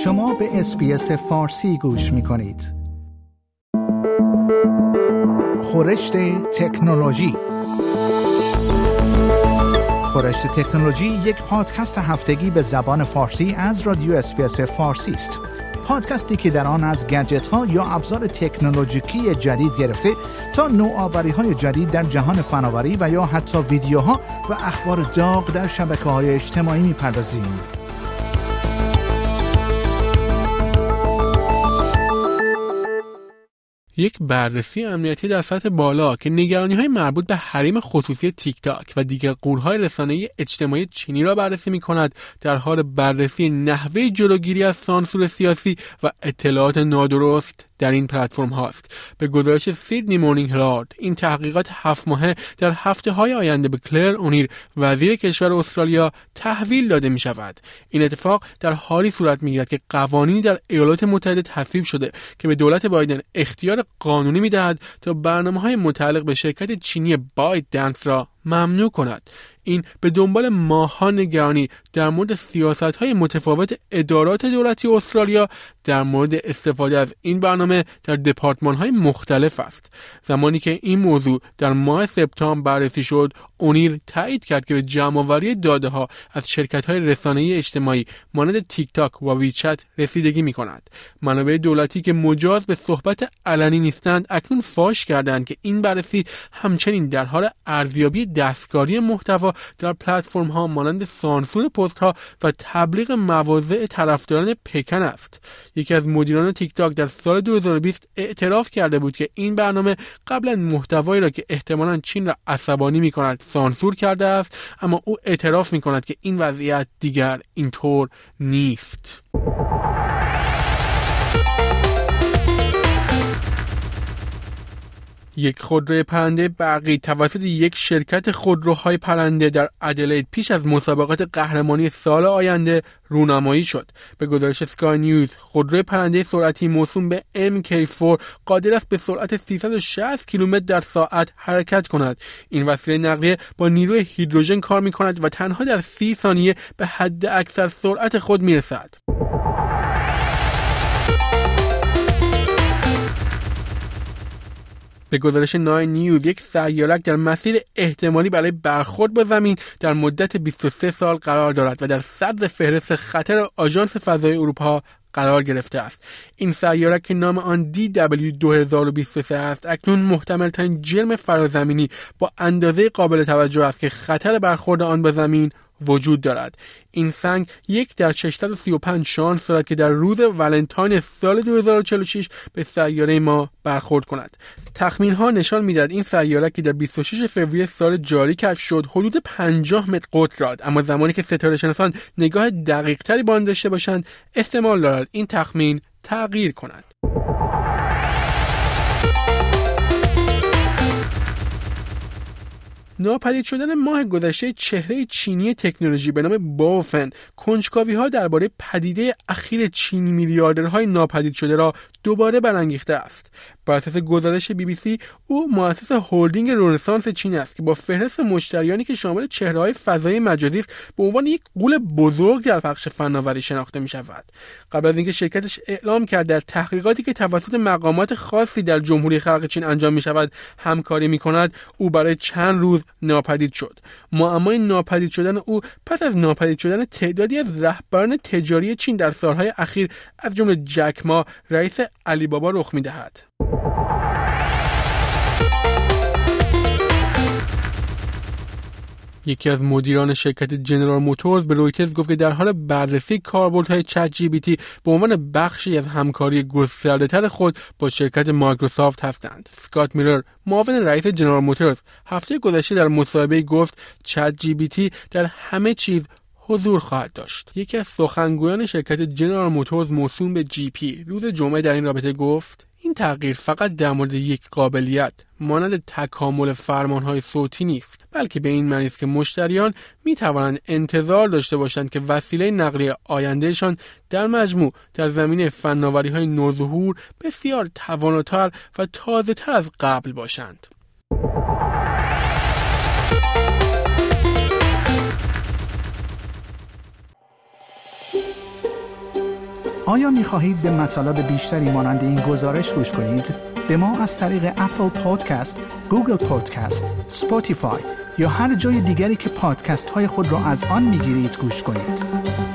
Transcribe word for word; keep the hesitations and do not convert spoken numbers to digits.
شما به اس‌بی‌اس فارسی گوش می‌کنید. خورشت تکنولوژی. خورشت تکنولوژی یک پادکست هفتگی به زبان فارسی از رادیو اس‌بی‌اس فارسی است. پادکستی که در آن از گجت‌ها یا ابزار تکنولوژیکی جدید گرفته تا نوآوری‌های جدید در جهان فناوری و یا حتی ویدیوها و اخبار داغ در شبکه‌های اجتماعی می‌پردازیم. یک بررسی امنیتی در سطح بالا که نگرانی‌های مربوط به حریم خصوصی تیک تاک و دیگر غول‌های رسانه‌ای اجتماعی چینی را بررسی می‌کند، در حال بررسی نحوه جلوگیری از سانسور سیاسی و اطلاعات نادرست در این پلتفرم هاست. به گزارش سیدنی مورنینگ هرالد، این تحقیقات هفت ماهه در هفته‌های آینده به کلر اونیر، وزیر کشور استرالیا، تحویل داده می شود. این اتفاق در حالی صورت می گیرد که قوانینی در ایالات متحده تصویب شده که به دولت بایدن اختیار قانونی می دهد تا برنامه‌های متعلق به شرکت چینی بایت دنس را ممنوع کند. این به دنبال ماه‌ها نگرانی در مورد سیاست‌های متفاوت ادارات دولتی استرالیا در مورد استفاده از این برنامه در دپارتمان‌های مختلف است. زمانی که این موضوع در ماه سپتامبر بررسی شد، اونیل تایید کرد که به جمع‌آوری داده‌ها از شرکت‌های رسانه‌ای اجتماعی مانند تیک تاک و ویچت رسیدگی می‌کند. منابع دولتی که مجاز به صحبت علنی نیستند اکنون فاش کردند که این بررسی همچنین در حال ارزیابی دستکاری محتوا در پلتفرم ها مانند سانسور پست ها و تبلیغ مواضع طرفداران پکن است. یکی از مدیران تیک تاک در سال دو هزار و بیست اعتراف کرده بود که این برنامه قبلا محتوایی را که احتمالاً چین را عصبانی می کند سانسور کرده است، اما او اعتراف می کند که این وضعیت دیگر اینطور نیست. یک خودروی پرنده برقی توسط یک شرکت خودروهای پرنده در ادلید پیش از مسابقات قهرمانی سال آینده رونمایی شد. به گزارش اسکای نیوز، خودروی پرنده سرعتی موسوم به ام کی فور قادر است به سرعت سیصد و شصت کیلومتر در ساعت حرکت کند. این وسیله نقلیه با نیروی هیدروژن کار می‌کند و تنها در سی ثانیه به حد اکثر سرعت خود می‌رسد. به گزارش ناین نیوز، یک سیارک در مسیر احتمالی برای برخورد با زمین در مدت بیست و سه سال قرار دارد و در صدر فهرست خطر آژانس فضایی اروپا قرار گرفته است. این سیارک که نام آن دی دبلیو دو هزار و بیست و سه است، اکنون محتمل ترین جرم فرازمینی با اندازه قابل توجه است که خطر برخورد آن با زمین وجود دارد. این سنگ یک در ششصد و سی و پنج شانس دارد که در روز ولنتاین سال دو هزار و چهل و شش به سیاره ما برخورد کند. تخمین ها نشان میدهد این سیاره که در بیست و شش فوریه سال جاری کشف شد حدود پنجاه متر قطر دارد، اما زمانی که ستاره شناسان نگاه دقیق تری به آن داشته باشند احتمال دارد این تخمین تغییر کند. ناپدید شدن ماه گذشته چهره چینی تکنولوژی به نام باوفن، کنجکاوی‌ها درباره پدیده اخیر چینی میلیاردرهای ناپدید شده را دوباره برانگیخته است. بر اساس گزارش بی بی سی، او مؤسس هلدینگ رنسانس چین است که با فهرست مشتریانی که شامل چهره‌های فضای مجازی است به عنوان یک غول بزرگ در بخش فناوری شناخته می‌شود. قبل از اینکه شرکتش اعلام کرد در تحقیقاتی که توسط مقامات خاصی در جمهوری خلق چین انجام می‌شود همکاری می‌کند، او برای چند روز ناپدید شد. معمای ناپدید شدن او پس از ناپدید شدن تعدادی از رهبران تجاری چین در سالهای اخیر از جمله جک ما، رئیس علی بابا رخ می‌دهد. یکی از مدیران شرکت جنرال موتورز به رویترز گفت که در حال بررسی کاربردهای چت جی پی تی به عنوان بخشی از همکاری گسترده‌تر خود با شرکت مایکروسافت هستند. اسکات میلر، معاون رئیس جنرال موتورز، هفته گذشته در مصاحبه‌ای گفت چت جی پی تی در همه چیز حضور خواهد داشت. یکی از سخنگویان شرکت جنرال موتورز موسوم به جی پی روز جمعه در این رابطه گفت این تغییر فقط در مورد یک قابلیت مانند تکامل فرمانهای صوتی نیست، بلکه به این معنی است که مشتریان می توانند انتظار داشته باشند که وسیله نقلیه آیندهشان در مجموع در زمینه فناوری‌های نوظهور بسیار تواناتر و تازه‌تر از قبل باشند. آیا می خواهید به مطالب بیشتری مانند این گزارش گوش کنید؟ به ما از طریق اپل پادکست، گوگل پادکست، اسپاتیفای یا هر جای دیگری که پادکست های خود را از آن می گیرید گوش کنید.